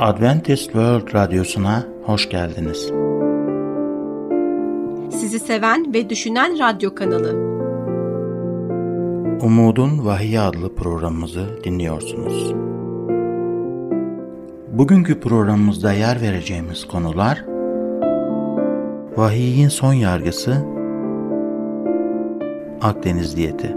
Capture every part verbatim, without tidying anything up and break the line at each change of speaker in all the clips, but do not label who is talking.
Adventist World Radyosu'na hoş geldiniz.
Sizi seven ve düşünen radyo kanalı.
Umudun Vahiy adlı programımızı dinliyorsunuz. Bugünkü programımızda yer vereceğimiz konular: Vahiy'in son yargısı, Akdeniz diyeti.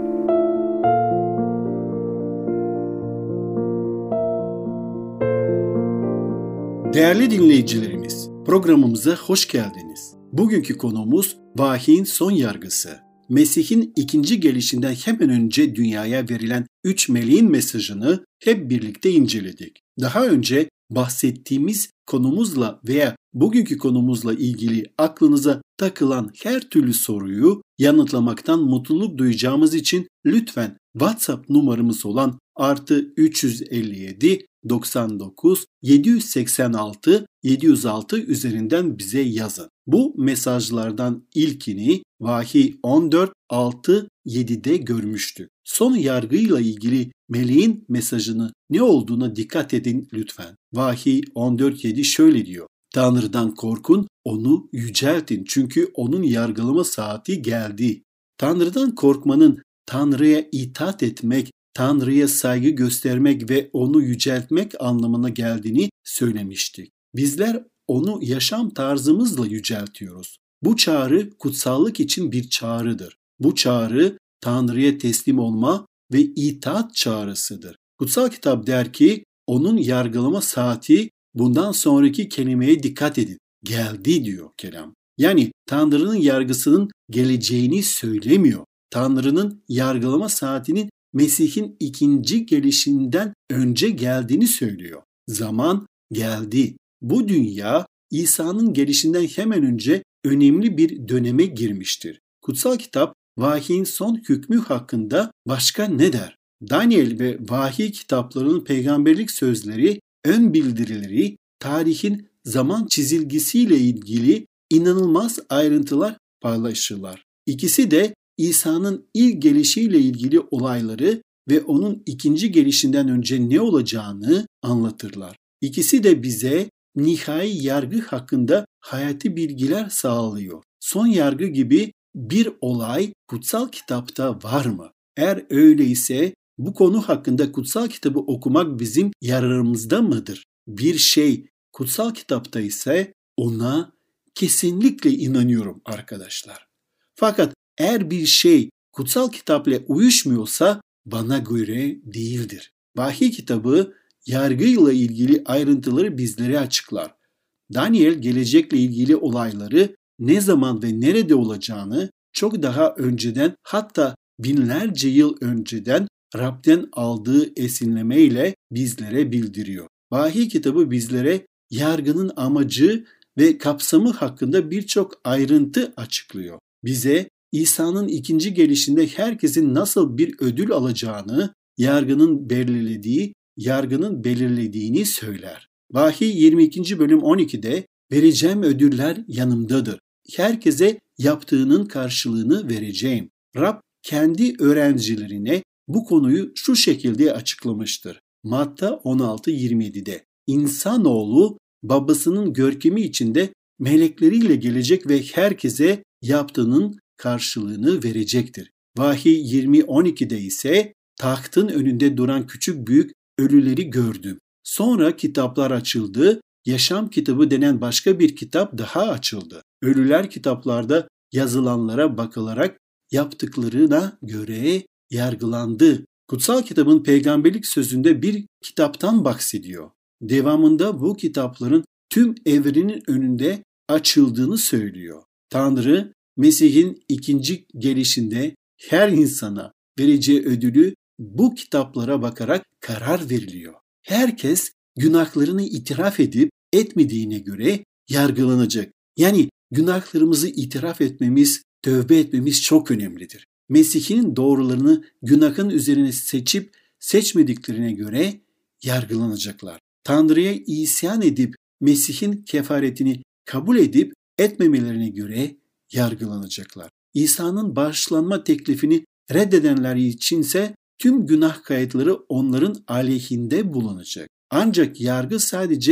Değerli dinleyicilerimiz, programımıza hoş geldiniz. Bugünkü konumuz Vahiy'in son yargısı. Mesih'in ikinci gelişinden hemen önce dünyaya verilen üç meleğin mesajını hep birlikte inceledik. Daha önce bahsettiğimiz konumuzla veya bugünkü konumuzla ilgili aklınıza takılan her türlü soruyu yanıtlamaktan mutluluk duyacağımız için lütfen WhatsApp numaramız olan artı üç yüz elli yedi doksan dokuz yedi yüz seksen altı yedi yüz altı üzerinden bize yazın. Bu mesajlardan ilkini Vahiy on dört altı yedi'de görmüştük. Son yargıyla ilgili meleğin mesajını ne olduğuna dikkat edin lütfen. Vahiy on dört yedi şöyle diyor: Tanrı'dan korkun, onu yüceltin çünkü onun yargılama saati geldi. Tanrı'dan korkmanın Tanrı'ya itaat etmek, Tanrı'ya saygı göstermek ve onu yüceltmek anlamına geldiğini söylemiştik. Bizler onu yaşam tarzımızla yüceltiyoruz. Bu çağrı kutsallık için bir çağrıdır. Bu çağrı Tanrı'ya teslim olma ve itaat çağrısıdır. Kutsal kitap der ki onun yargılama saati, bundan sonraki kelimeye dikkat edin, geldi diyor kelam. Yani Tanrı'nın yargısının geleceğini söylemiyor. Tanrı'nın yargılama saatinin Mesih'in ikinci gelişinden önce geldiğini söylüyor. Zaman geldi. Bu dünya İsa'nın gelişinden hemen önce önemli bir döneme girmiştir. Kutsal kitap Vahiy'in son hükmü hakkında başka ne der? Daniel ve Vahiy kitaplarının peygamberlik sözleri, ön bildirileri, tarihin zaman çizilgisiyle ilgili inanılmaz ayrıntılar paylaşırlar. İkisi de İsa'nın ilk gelişiyle ilgili olayları ve onun ikinci gelişinden önce ne olacağını anlatırlar. İkisi de bize nihai yargı hakkında hayati bilgiler sağlıyor. Son yargı gibi bir olay kutsal kitapta var mı? Eğer öyleyse bu konu hakkında kutsal kitabı okumak bizim yararımızda mıdır? Bir şey kutsal kitapta ise ona kesinlikle inanıyorum arkadaşlar. Fakat eğer bir şey kutsal kitapla uyuşmuyorsa bana göre değildir. Vahiy kitabı yargıyla ilgili ayrıntıları bizlere açıklar. Daniel gelecekle ilgili olayları ne zaman ve nerede olacağını çok daha önceden, hatta binlerce yıl önceden Rab'den aldığı esinlemeyle bizlere bildiriyor. Vahiy kitabı bizlere yargının amacı ve kapsamı hakkında birçok ayrıntı açıklıyor. Bize İsa'nın ikinci gelişinde herkesin nasıl bir ödül alacağını, yargının belirlediği, yargının belirlediğini söyler. Vahiy yirmi ikinci bölüm on iki'de vereceğim ödüller yanımdadır. Herkese yaptığının karşılığını vereceğim. Rab kendi öğrencilerine bu konuyu şu şekilde açıklamıştır. Matta on altı yirmi yedi'de İnsanoğlu babasının görkemi içinde melekleriyle gelecek ve herkese yaptığının karşılığını verecektir. Vahiy yirmi on iki'de ise tahtın önünde duran küçük büyük ölüleri gördüm. Sonra kitaplar açıldı. Yaşam kitabı denen başka bir kitap daha açıldı. Ölüler kitaplarda yazılanlara bakılarak yaptıklarına göre yargılandı. Kutsal kitabın peygamberlik sözünde bir kitaptan bahsediyor. Devamında bu kitapların tüm evrenin önünde açıldığını söylüyor. Tanrı, Mesih'in ikinci gelişinde her insana vereceği ödülü bu kitaplara bakarak karar veriliyor. Herkes günahlarını itiraf edip etmediğine göre yargılanacak. Yani günahlarımızı itiraf etmemiz, tövbe etmemiz çok önemlidir. Mesih'in doğrularını günahın üzerine seçip seçmediklerine göre yargılanacaklar. Tanrı'ya isyan edip Mesih'in kefaretini kabul edip etmemelerine göre yargılanacaklar. İsa'nın bağışlanma teklifini reddedenler içinse tüm günah kayıtları onların aleyhinde bulunacak. Ancak yargı sadece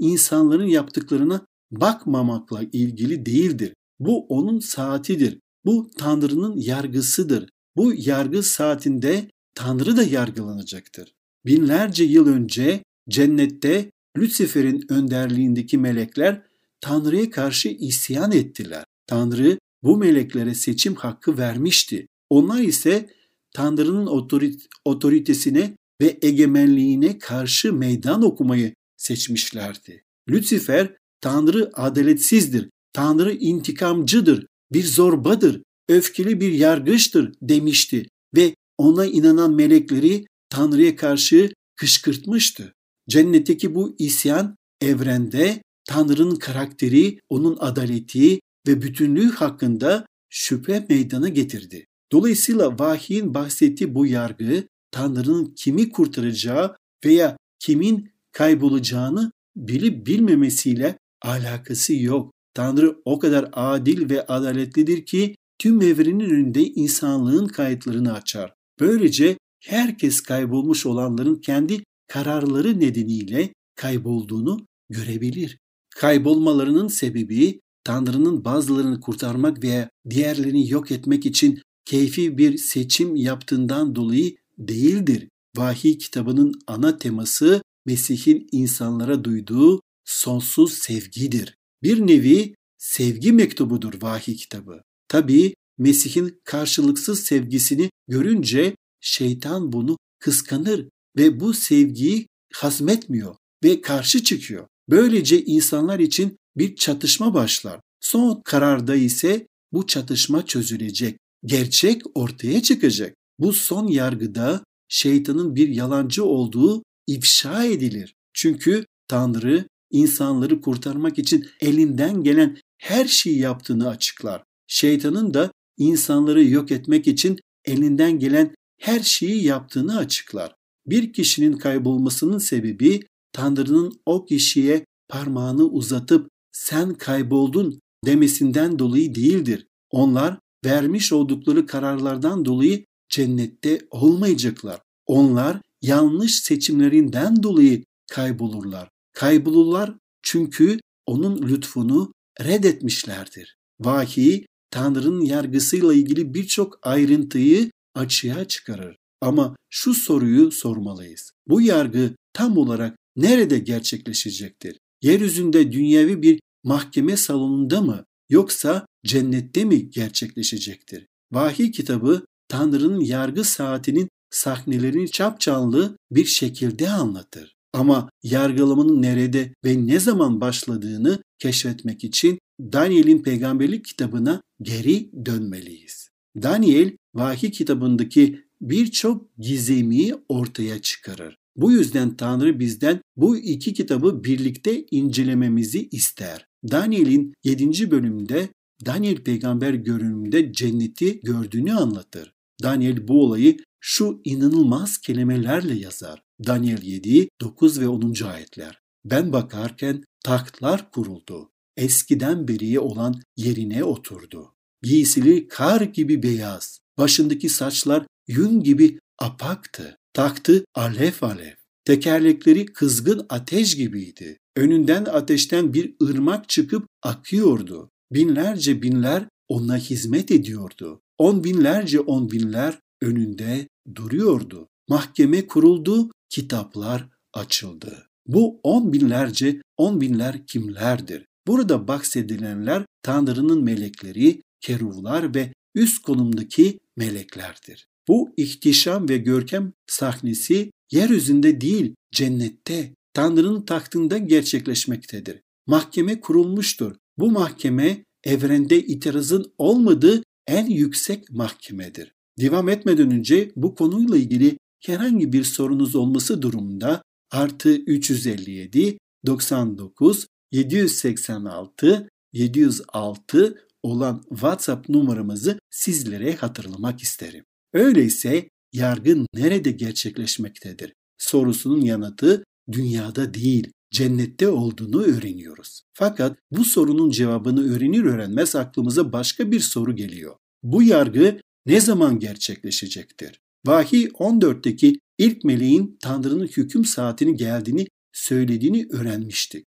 insanların yaptıklarına bakmamakla ilgili değildir. Bu onun saatidir. Bu Tanrı'nın yargısıdır. Bu yargı saatinde Tanrı da yargılanacaktır. Binlerce yıl önce cennette Lucifer'in önderliğindeki melekler Tanrı'ya karşı isyan ettiler. Tanrı bu meleklere seçim hakkı vermişti. Onlar ise Tanrı'nın otorit- otoritesine ve egemenliğine karşı meydan okumayı seçmişlerdi. Lucifer, Tanrı adaletsizdir, Tanrı intikamcıdır, bir zorbadır, öfkeli bir yargıçtır demişti ve ona inanan melekleri Tanrı'ya karşı kışkırtmıştı. Cennetteki bu isyan evrende Tanrı'nın karakteri, onun adaleti ve bütünlüğü hakkında şüphe meydana getirdi. Dolayısıyla vahyin bahsettiği bu yargı Tanrı'nın kimi kurtaracağı veya kimin kaybolacağını bilip bilmemesiyle alakası yok. Tanrı o kadar adil ve adaletlidir ki tüm evrenin önünde insanlığın kayıtlarını açar. Böylece herkes kaybolmuş olanların kendi kararları nedeniyle kaybolduğunu görebilir. Kaybolmalarının sebebi Tanrı'nın bazılarını kurtarmak veya diğerlerini yok etmek için keyfi bir seçim yaptığından dolayı değildir. Vahiy kitabının ana teması Mesih'in insanlara duyduğu sonsuz sevgidir. Bir nevi sevgi mektubudur vahiy kitabı. Tabii Mesih'in karşılıksız sevgisini görünce şeytan bunu kıskanır ve bu sevgiyi hazmetmiyor ve karşı çıkıyor. Böylece insanlar için bir çatışma başlar. Son kararda ise bu çatışma çözülecek. Gerçek ortaya çıkacak. Bu son yargıda şeytanın bir yalancı olduğu ifşa edilir. Çünkü Tanrı insanları kurtarmak için elinden gelen her şeyi yaptığını açıklar. Şeytanın da insanları yok etmek için elinden gelen her şeyi yaptığını açıklar. Bir kişinin kaybolmasının sebebi Tanrı'nın o kişiye parmağını uzatıp sen kayboldun demesinden dolayı değildir. Onlar vermiş oldukları kararlardan dolayı cennette olmayacaklar. Onlar yanlış seçimlerinden dolayı kaybolurlar. Kaybolurlar çünkü onun lütfunu reddetmişlerdir. Vahiy, Tanrı'nın yargısıyla ilgili birçok ayrıntıyı açığa çıkarır. Ama şu soruyu sormalıyız. Bu yargı tam olarak nerede gerçekleşecektir? Yeryüzünde dünyevi bir mahkeme salonunda mı yoksa cennette mi gerçekleşecektir? Vahiy kitabı Tanrı'nın yargı saatinin sahnelerini çapçanlı bir şekilde anlatır. Ama yargılamanın nerede ve ne zaman başladığını keşfetmek için Daniel'in peygamberlik kitabına geri dönmeliyiz. Daniel, vahiy kitabındaki birçok gizemi ortaya çıkarır. Bu yüzden Tanrı bizden bu iki kitabı birlikte incelememizi ister. Daniel'in yedinci bölümünde Daniel peygamber görünümünde cenneti gördüğünü anlatır. Daniel bu olayı şu inanılmaz kelimelerle yazar. Daniel yedi, dokuz ve onuncu ayetler. Ben bakarken tahtlar kuruldu. Eskiden beri olan yerine oturdu. Giysili kar gibi beyaz. Başındaki saçlar yün gibi apaktı. Tahtı alev alev. Tekerlekleri kızgın ateş gibiydi. Önünden ateşten bir ırmak çıkıp akıyordu. Binlerce binler ona hizmet ediyordu. On binlerce on binler önünde duruyordu. Mahkeme kuruldu, kitaplar açıldı. Bu on binlerce on binler kimlerdir? Burada bahsedilenler Tanrı'nın melekleri, keruvlar ve üst konumdaki meleklerdir. Bu ihtişam ve görkem sahnesi yeryüzünde değil, cennette, Tanrı'nın tahtında gerçekleşmektedir. Mahkeme kurulmuştur. Bu mahkeme evrende itirazın olmadığı en yüksek mahkemedir. Devam etmeden önce bu konuyla ilgili herhangi bir sorunuz olması durumunda artı üç yüz elli yedi doksan dokuz yedi yüz seksen altı yedi yüz altı olan WhatsApp numaramızı sizlere hatırlamak isterim. Öyleyse yargı nerede gerçekleşmektedir? Sorusunun yanıtı dünyada değil, cennette olduğunu öğreniyoruz. Fakat bu sorunun cevabını öğrenir öğrenmez aklımıza başka bir soru geliyor. Bu yargı ne zaman gerçekleşecektir? Vahiy on dörtteki ilk meleğin Tanrı'nın hüküm saatini geldiğini söylediğini öğrenmiştik.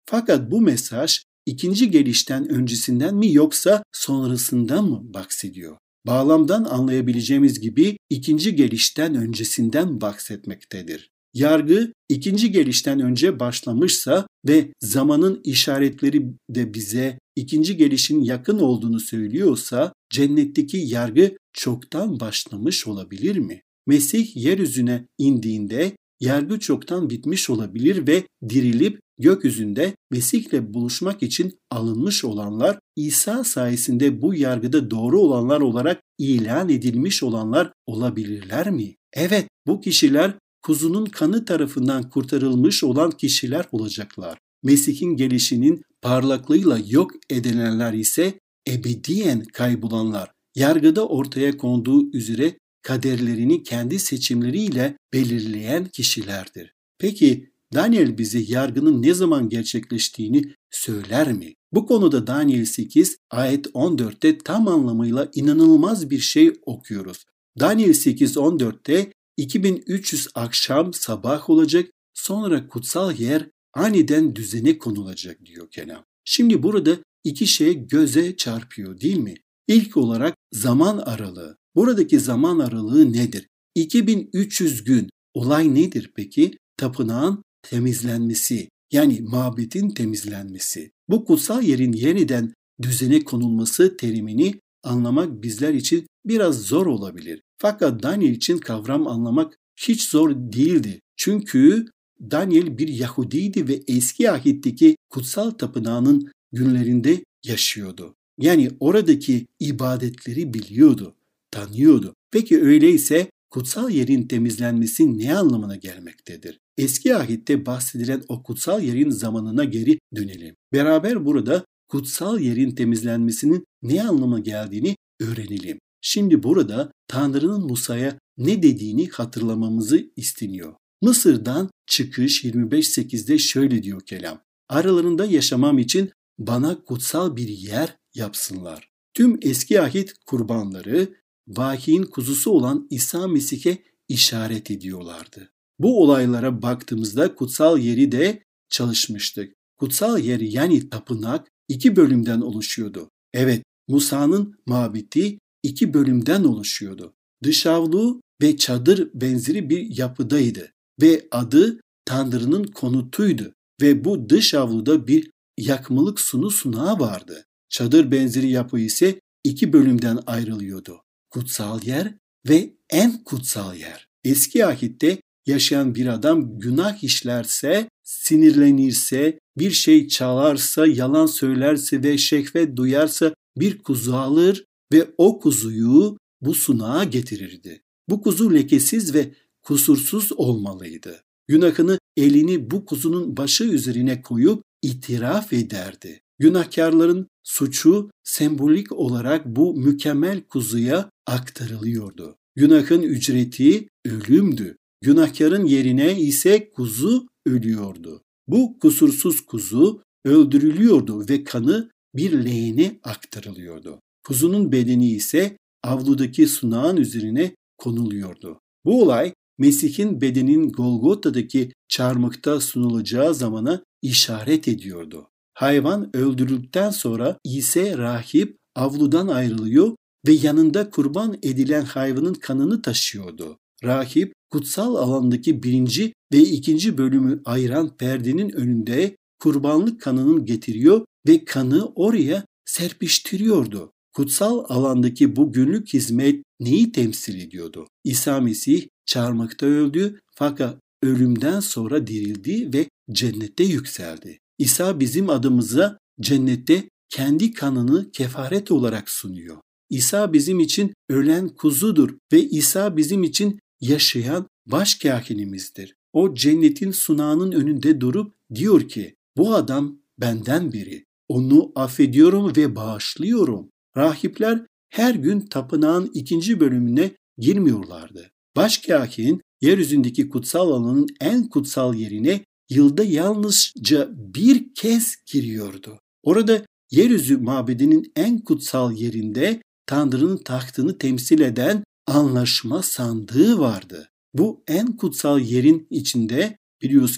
Fakat bu mesaj ikinci gelişten öncesinden mi yoksa sonrasından mı bahsediyor? Bağlamdan anlayabileceğimiz gibi ikinci gelişten öncesinden bahsetmektedir. Yargı ikinci gelişten önce başlamışsa ve zamanın işaretleri de bize ikinci gelişin yakın olduğunu söylüyorsa cennetteki yargı çoktan başlamış olabilir mi? Mesih yeryüzüne indiğinde yargı çoktan bitmiş olabilir ve dirilip gökyüzünde Mesih'le buluşmak için alınmış olanlar İsa sayesinde bu yargıda doğru olanlar olarak ilan edilmiş olanlar olabilirler mi? Evet, bu kişiler kuzunun kanı tarafından kurtarılmış olan kişiler olacaklar. Mesih'in gelişinin parlaklığıyla yok edilenler ise ebediyen kaybolanlar. Yargıda ortaya konduğu üzere kaderlerini kendi seçimleriyle belirleyen kişilerdir. Peki Daniel bize yargının ne zaman gerçekleştiğini söyler mi? Bu konuda Daniel sekiz ayet on dörtte tam anlamıyla inanılmaz bir şey okuyoruz. Daniel sekiz on dörtte iki bin üç yüz akşam sabah olacak, sonra kutsal yer aniden düzene konulacak diyor kelam. Şimdi burada iki şey göze çarpıyor değil mi? İlk olarak zaman aralığı. Buradaki zaman aralığı nedir? iki bin üç yüz gün. Olay nedir peki? Tapınağın temizlenmesi, yani mabedin temizlenmesi. Bu kutsal yerin yeniden düzene konulması terimini anlamak bizler için biraz zor olabilir. Fakat Daniel için kavram anlamak hiç zor değildi. Çünkü Daniel bir Yahudiydi ve eski ahitteki kutsal tapınağının günlerinde yaşıyordu. Yani oradaki ibadetleri biliyordu, tanıyordu. Peki öyleyse kutsal yerin temizlenmesi ne anlamına gelmektedir? Eski ahitte bahsedilen o kutsal yerin zamanına geri dönelim. Beraber burada kutsal yerin temizlenmesinin ne anlama geldiğini öğrenelim. Şimdi burada Tanrı'nın Musa'ya ne dediğini hatırlamamızı isteniyor. Mısır'dan çıkış yirmi beş sekizde şöyle diyor kelam. Aralarında yaşamam için bana kutsal bir yer yapsınlar. Tüm eski ahit kurbanları vahiyin kuzusu olan İsa Mesih'e işaret ediyorlardı. Bu olaylara baktığımızda kutsal yeri de çalışmıştık. Kutsal yer yani tapınak iki bölümden oluşuyordu. Evet, Musa'nın mabedi iki bölümden oluşuyordu. Dışavlu ve çadır benzeri bir yapıdaydı ve adı Tanrı'nın konutuydu ve bu dış avluda bir yakmalık sunu sunağı vardı. Çadır benzeri yapı ise iki bölümden ayrılıyordu. Kutsal yer ve en kutsal yer. Eski ahitte yaşayan bir adam günah işlerse, sinirlenirse, bir şey çalarsa, yalan söylerse ve şehvet duyarsa bir kuzu alır ve o kuzuyu bu sunağa getirirdi. Bu kuzu lekesiz ve kusursuz olmalıydı. Günahını elini bu kuzunun başı üzerine koyup itiraf ederdi. Günahkarların suçu sembolik olarak bu mükemmel kuzuya aktarılıyordu. Günahın ücreti ölümdü. Günahkarın yerine ise kuzu ölüyordu. Bu kusursuz kuzu öldürülüyordu ve kanı bir leğene aktarılıyordu. Kuzunun bedeni ise avludaki sunağın üzerine konuluyordu. Bu olay Mesih'in bedeninin Golgota'daki çarmıhta sunulacağı zamana işaret ediyordu. Hayvan öldürüldükten sonra İsa rahip avludan ayrılıyor ve yanında kurban edilen hayvanın kanını taşıyordu. Rahip kutsal alandaki birinci ve ikinci bölümü ayıran perdenin önünde kurbanlık kanını getiriyor ve kanı oraya serpiştiriyordu. Kutsal alandaki bu günlük hizmet neyi temsil ediyordu? İsa Mesih çarmıhta öldü fakat ölümden sonra dirildi ve cennete yükseldi. İsa bizim adımıza cennette kendi kanını kefaret olarak sunuyor. İsa bizim için ölen kuzudur ve İsa bizim için yaşayan başkâhinimizdir. O cennetin sunağının önünde durup diyor ki, bu adam benden biri. Onu affediyorum ve bağışlıyorum. Rahipler her gün tapınağın ikinci bölümüne girmiyorlardı. Başkâhin yeryüzündeki kutsal alanın en kutsal yerine yılda yalnızca bir kez giriyordu. Orada yeryüzü mabedinin en kutsal yerinde Tanrı'nın tahtını temsil eden anlaşma sandığı vardı. Bu en kutsal yerin içinde biliyoruz ki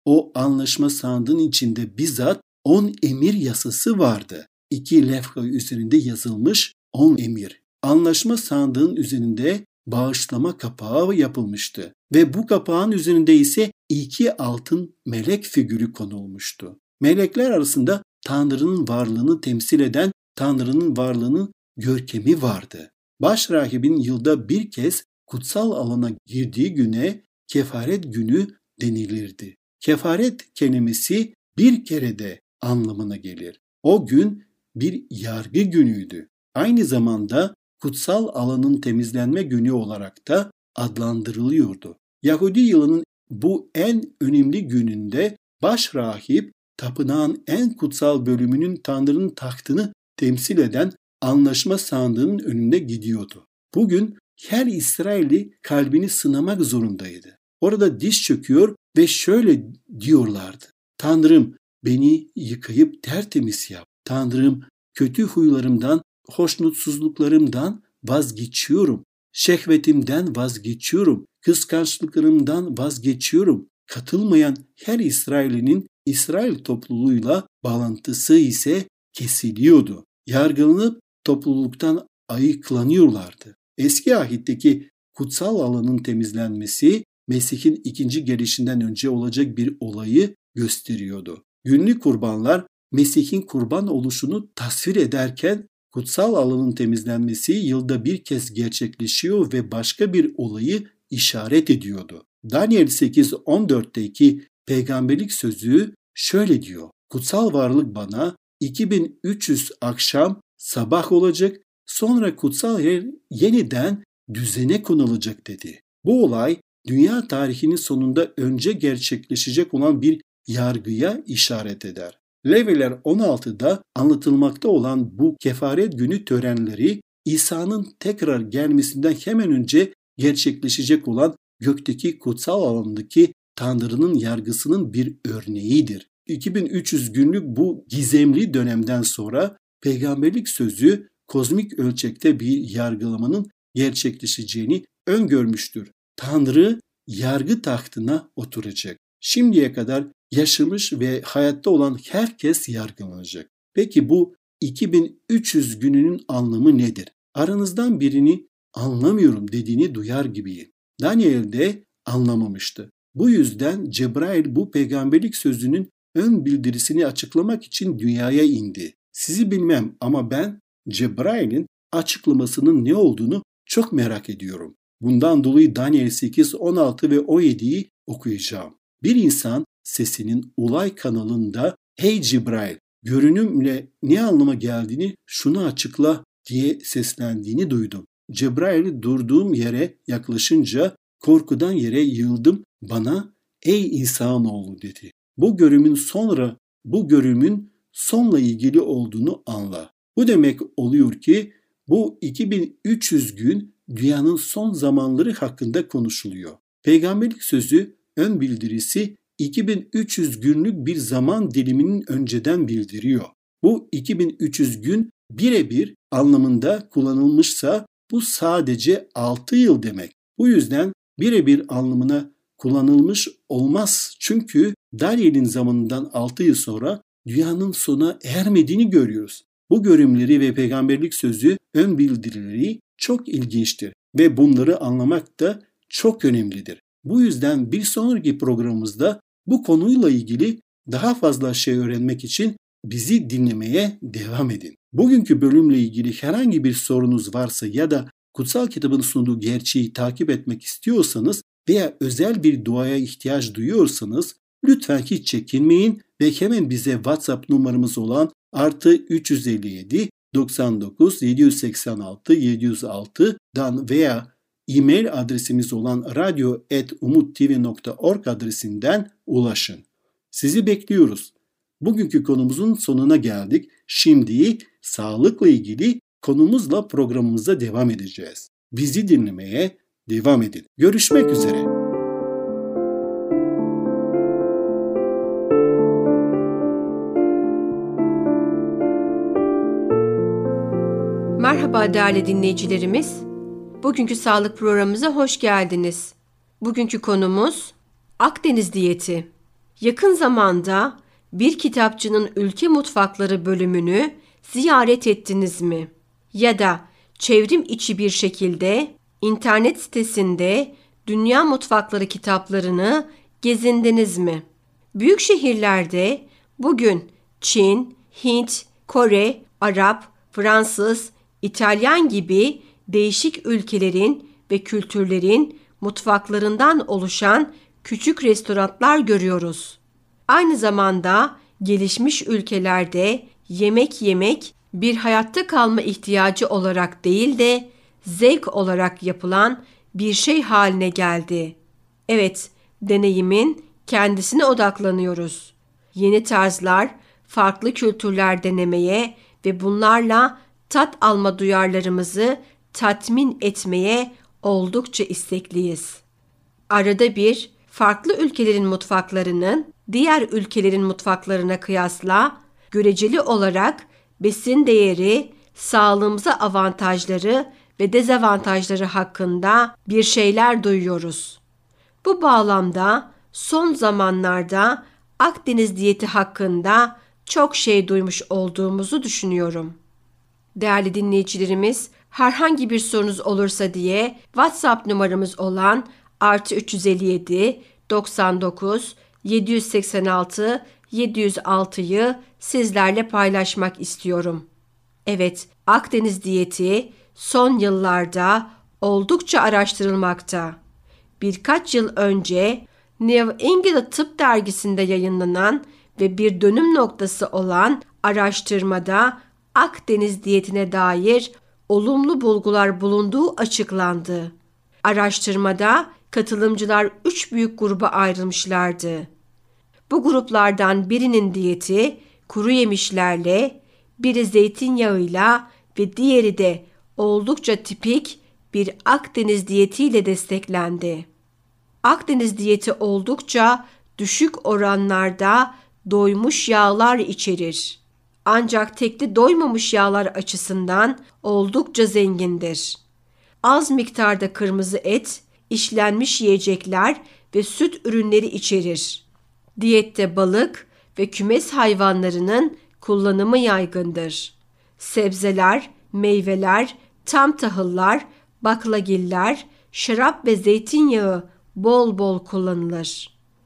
O anlaşma sandığının içinde bizzat on emir yasası vardı. İki levha üzerinde yazılmış on emir. Anlaşma sandığının üzerinde bağışlama kapağı yapılmıştı ve bu kapağın üzerinde ise iki altın melek figürü konulmuştu. Melekler arasında Tanrı'nın varlığını temsil eden Tanrı'nın varlığının görkemi vardı. Başrahibin yılda bir kez kutsal alana girdiği güne kefaret günü denilirdi. Kefaret kelimesi bir kere de anlamına gelir. O gün bir yargı günüydü. Aynı zamanda kutsal alanın temizlenme günü olarak da adlandırılıyordu. Yahudi yılının bu en önemli gününde başrahip tapınağın en kutsal bölümünün Tanrı'nın tahtını temsil eden anlaşma sandığının önünde gidiyordu. Bugün her İsrailli kalbini sınamak zorundaydı. Orada diz çöküyor ve şöyle diyorlardı. Tanrım beni yıkayıp tertemiz yap. Tanrım kötü huylarımdan, hoşnutsuzluklarımdan vazgeçiyorum. Şehvetimden vazgeçiyorum. Kıskançlıklarımdan vazgeçiyorum. Katılmayan her İsrail'in İsrail topluluğuyla bağlantısı ise kesiliyordu. Yargılanıp topluluktan ayıklanıyorlardı. Eski ahitteki kutsal alanın temizlenmesi Mesih'in ikinci gelişinden önce olacak bir olayı gösteriyordu. Günlük kurbanlar Mesih'in kurban oluşunu tasvir ederken kutsal alanın temizlenmesi yılda bir kez gerçekleşiyor ve başka bir olayı işaret ediyordu. Daniel sekiz on dörtteki peygamberlik sözü şöyle diyor. Kutsal varlık bana iki bin üç yüz akşam sabah olacak, sonra kutsal yer yeniden düzene konulacak dedi. Bu olay dünya tarihinin sonunda önce gerçekleşecek olan bir yargıya işaret eder. Leviler on altıda anlatılmakta olan bu kefaret günü törenleri İsa'nın tekrar gelmesinden hemen önce gerçekleşecek olan gökteki kutsal alandaki Tanrı'nın yargısının bir örneğidir. iki bin üç yüz günlük bu gizemli dönemden sonra peygamberlik sözü kozmik ölçekte bir yargılamanın gerçekleşeceğini öngörmüştür. Tanrı yargı tahtına oturacak. Şimdiye kadar yaşamış ve hayatta olan herkes yargılanacak. Peki bu iki bin üç yüz gününün anlamı nedir? Aranızdan birini anlamıyorum dediğini duyar gibiyim. Daniel de anlamamıştı. Bu yüzden Cebrail bu peygamberlik sözünün ön bildirisini açıklamak için dünyaya indi. Sizi bilmem ama ben Cebrail'in açıklamasının ne olduğunu çok merak ediyorum. Bundan dolayı Daniel sekiz on altı ve on yediyi okuyacağım. Bir insan sesinin Ulay kanalında "Hey Cebrail, görünümle ne anlama geldiğini şunu açıkla" diye seslendiğini duydum. Cebrail durduğum yere yaklaşınca korkudan yere yığıldım. Bana "Ey insanoğlu" dedi. Bu görümün sonra bu görümün sonla ilgili olduğunu anla. Bu demek oluyor ki bu iki bin üç yüz gün dünyanın son zamanları hakkında konuşuluyor. Peygamberlik sözü ön bildirisi iki bin üç yüz günlük bir zaman diliminin önceden bildiriyor. Bu iki bin üç yüz gün birebir anlamında kullanılmışsa bu sadece altı yıl demek. Bu yüzden birebir anlamına kullanılmış olmaz. Çünkü Daniel'in zamanından altı yıl sonra dünyanın sona ermediğini görüyoruz. Bu görümleri ve peygamberlik sözü ön bildirileri çok ilginçtir ve bunları anlamak da çok önemlidir. Bu yüzden bir sonraki programımızda bu konuyla ilgili daha fazla şey öğrenmek için bizi dinlemeye devam edin. Bugünkü bölümle ilgili herhangi bir sorunuz varsa ya da kutsal kitabın sunduğu gerçeği takip etmek istiyorsanız veya özel bir duaya ihtiyaç duyuyorsanız lütfen hiç çekinmeyin ve hemen bize WhatsApp numaramız olan artı üç yüz elli yedi doksan dokuz yedi yüz seksen altı yedi yüz altı'dan veya e-mail adresimiz olan radyo at umuttv nokta org adresinden ulaşın. Sizi bekliyoruz. Bugünkü konumuzun sonuna geldik. Şimdi sağlıkla ilgili konumuzla programımıza devam edeceğiz. Bizi dinlemeye devam edin. Görüşmek üzere.
Merhaba değerli dinleyicilerimiz. Bugünkü sağlık programımıza hoş geldiniz. Bugünkü konumuz Akdeniz diyeti. Yakın zamanda bir kitapçının ülke mutfakları bölümünü ziyaret ettiniz mi? Ya da çevrim içi bir şekilde internet sitesinde dünya mutfakları kitaplarını gezindiniz mi? Büyük şehirlerde bugün Çin, Hint, Kore, Arap, Fransız, İtalyan gibi değişik ülkelerin ve kültürlerin mutfaklarından oluşan küçük restoranlar görüyoruz. Aynı zamanda gelişmiş ülkelerde yemek yemek bir hayatta kalma ihtiyacı olarak değil de zevk olarak yapılan bir şey haline geldi. Evet, deneyimin kendisine odaklanıyoruz. Yeni tarzlar, farklı kültürler denemeye ve bunlarla tat alma duyarlarımızı tatmin etmeye oldukça istekliyiz. Arada bir farklı ülkelerin mutfaklarının diğer ülkelerin mutfaklarına kıyasla göreceli olarak besin değeri, sağlığımıza avantajları ve dezavantajları hakkında bir şeyler duyuyoruz. Bu bağlamda son zamanlarda Akdeniz diyeti hakkında çok şey duymuş olduğumuzu düşünüyorum. Değerli dinleyicilerimiz, herhangi bir sorunuz olursa diye WhatsApp numaramız olan artı üç yüz elli yedi doksan dokuz yedi yüz seksen altı yedi yüz altıyı sizlerle paylaşmak istiyorum. Evet, Akdeniz diyeti son yıllarda oldukça araştırılmakta. Birkaç yıl önce New England Tıp Dergisi'nde yayınlanan ve bir dönüm noktası olan araştırmada Akdeniz diyetine dair olumlu bulgular bulunduğu açıklandı. Araştırmada katılımcılar üç büyük gruba ayrılmışlardı. Bu gruplardan birinin diyeti kuru yemişlerle, biri zeytinyağıyla ve diğeri de oldukça tipik bir Akdeniz diyetiyle desteklendi. Akdeniz diyeti oldukça düşük oranlarda doymuş yağlar içerir. Ancak tekli doymamış yağlar açısından oldukça zengindir. Az miktarda kırmızı et, işlenmiş yiyecekler ve süt ürünleri içerir. Diyette balık ve kümes hayvanlarının kullanımı yaygındır. Sebzeler, meyveler, tam tahıllar, baklagiller, şarap ve zeytinyağı bol bol kullanılır.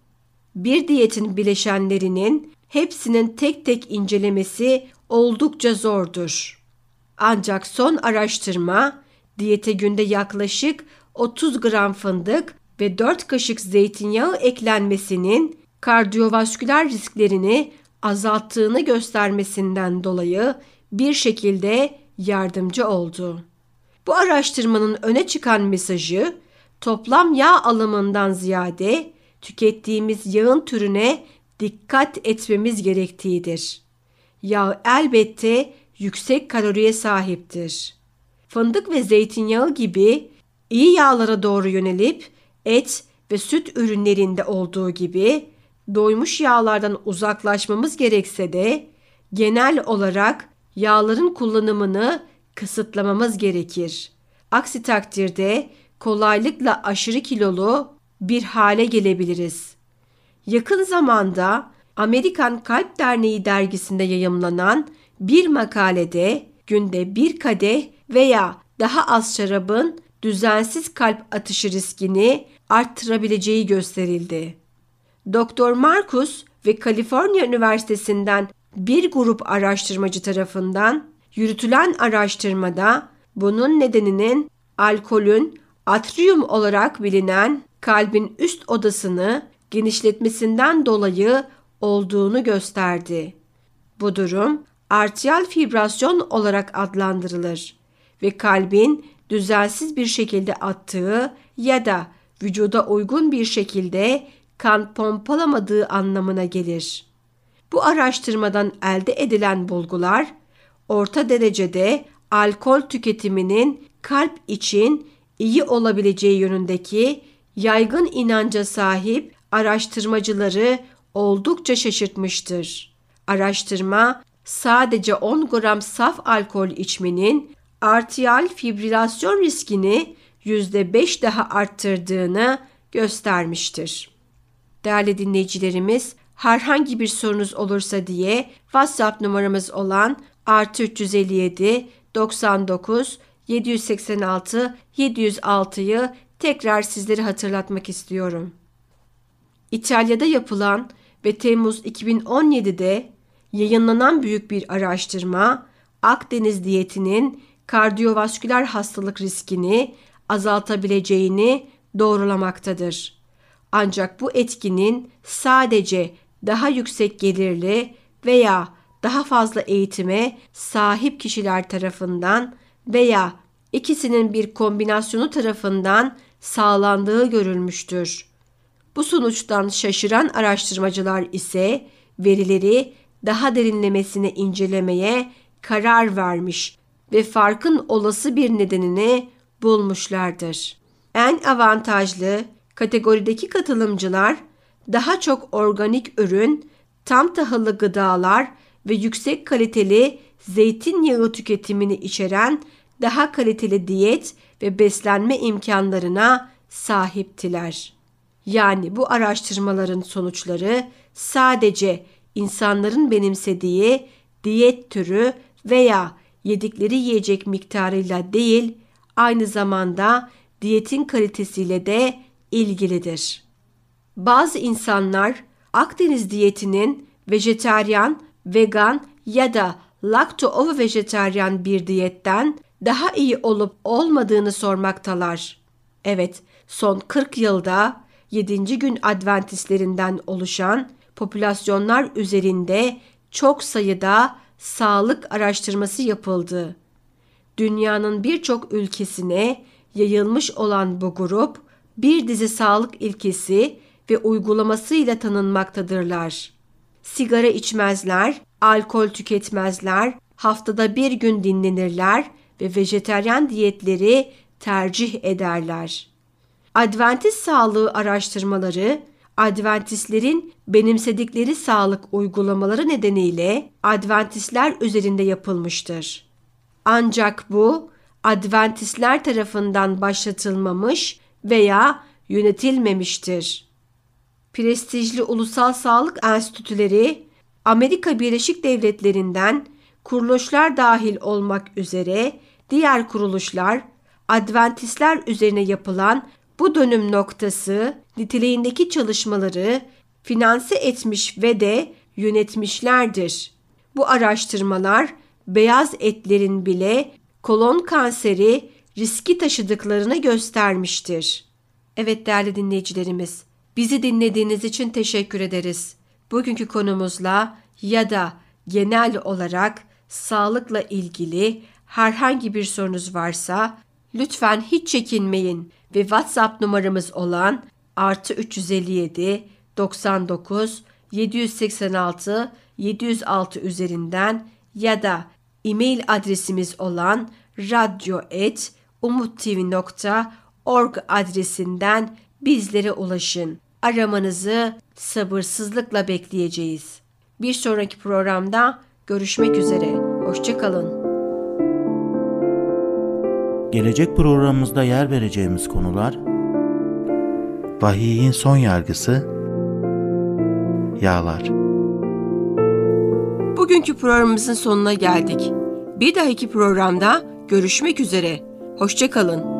Bir diyetin bileşenlerinin hepsinin tek tek incelemesi oldukça zordur. Ancak son araştırma, diyete günde yaklaşık otuz gram fındık ve dört kaşık zeytinyağı eklenmesinin kardiyovasküler risklerini azalttığını göstermesinden dolayı bir şekilde yardımcı oldu. Bu araştırmanın öne çıkan mesajı, toplam yağ alımından ziyade tükettiğimiz yağın türüne dikkat etmemiz gerektiğidir. Yağ elbette yüksek kaloriye sahiptir. Fındık ve zeytinyağı gibi iyi yağlara doğru yönelip et ve süt ürünlerinde olduğu gibi doymuş yağlardan uzaklaşmamız gerekse de genel olarak yağların kullanımını kısıtlamamız gerekir. Aksi takdirde kolaylıkla aşırı kilolu bir hale gelebiliriz. Yakın zamanda Amerikan Kalp Derneği dergisinde yayımlanan bir makalede günde bir kadeh veya daha az şarabın düzensiz kalp atışı riskini arttırabileceği gösterildi. Doktor Marcus ve Kaliforniya Üniversitesi'nden bir grup araştırmacı tarafından yürütülen araştırmada bunun nedeninin alkolün atrium olarak bilinen kalbin üst odasını genişletmesinden dolayı olduğunu gösterdi. Bu durum arteriyel fibrasyon olarak adlandırılır ve kalbin düzensiz bir şekilde attığı ya da vücuda uygun bir şekilde kan pompalamadığı anlamına gelir. Bu araştırmadan elde edilen bulgular, orta derecede alkol tüketiminin kalp için iyi olabileceği yönündeki yaygın inanca sahip araştırmacıları oldukça şaşırtmıştır. Araştırma, sadece on gram saf alkol içmenin arteriyel fibrilasyon riskini yüzde beş daha arttırdığını göstermiştir. Değerli dinleyicilerimiz, herhangi bir sorunuz olursa diye WhatsApp numaramız olan artı üç yüz elli yedi doksan dokuz yedi yüz seksen altı yedi yüz altıyı tekrar sizlere hatırlatmak istiyorum. İtalya'da yapılan ve Temmuz iki bin on yedide yayınlanan büyük bir araştırma, Akdeniz diyetinin kardiyovasküler hastalık riskini azaltabileceğini doğrulamaktadır. Ancak bu etkinin sadece daha yüksek gelirli veya daha fazla eğitime sahip kişiler tarafından veya ikisinin bir kombinasyonu tarafından sağlandığı görülmüştür. Bu sonuçtan şaşıran araştırmacılar ise verileri daha derinlemesine incelemeye karar vermiş ve farkın olası bir nedenini bulmuşlardır. En avantajlı kategorideki katılımcılar daha çok organik ürün, tam tahıllı gıdalar ve yüksek kaliteli zeytinyağı tüketimini içeren daha kaliteli diyet ve beslenme imkanlarına sahiptiler. Yani bu araştırmaların sonuçları sadece insanların benimsediği diyet türü veya yedikleri yiyecek miktarıyla değil, aynı zamanda diyetin kalitesiyle de ilgilidir. Bazı insanlar Akdeniz diyetinin vejetaryen, vegan ya da lakto-ovo vejetaryen bir diyetten daha iyi olup olmadığını sormaktalar. Evet, son kırk yılda yedinci gün Adventistlerinden oluşan popülasyonlar üzerinde çok sayıda sağlık araştırması yapıldı. Dünyanın birçok ülkesine yayılmış olan bu grup bir dizi sağlık ilkesi ve uygulamasıyla tanınmaktadırlar. Sigara içmezler, alkol tüketmezler, haftada bir gün dinlenirler ve vejetaryen diyetleri tercih ederler. Adventist sağlığı araştırmaları, Adventistlerin benimsedikleri sağlık uygulamaları nedeniyle Adventistler üzerinde yapılmıştır. Ancak bu, Adventistler tarafından başlatılmamış veya yönetilmemiştir. Prestijli ulusal sağlık enstitüleri, Amerika Birleşik Devletleri'nden kuruluşlar dahil olmak üzere diğer kuruluşlar, Adventistler üzerine yapılan bu dönüm noktası niteliğindeki çalışmaları finanse etmiş ve de yönetmişlerdir. Bu araştırmalar beyaz etlerin bile kolon kanseri riski taşıdıklarını göstermiştir. Evet değerli dinleyicilerimiz, bizi dinlediğiniz için teşekkür ederiz. Bugünkü konumuzla ya da genel olarak sağlıkla ilgili herhangi bir sorunuz varsa lütfen hiç çekinmeyin ve WhatsApp numaramız olan artı üç yüz elli yedi doksan dokuz yedi yüz seksen altı yedi yüz altı üzerinden ya da e-mail adresimiz olan radyo et umuttv nokta org adresinden bizlere ulaşın. Aramanızı sabırsızlıkla bekleyeceğiz. Bir sonraki programda görüşmek üzere. Hoşça kalın.
Gelecek programımızda yer vereceğimiz konular: Vahiy'in son yargısı, yağlar.
Bugünkü programımızın sonuna geldik. Bir dahaki programda görüşmek üzere. Hoşça kalın.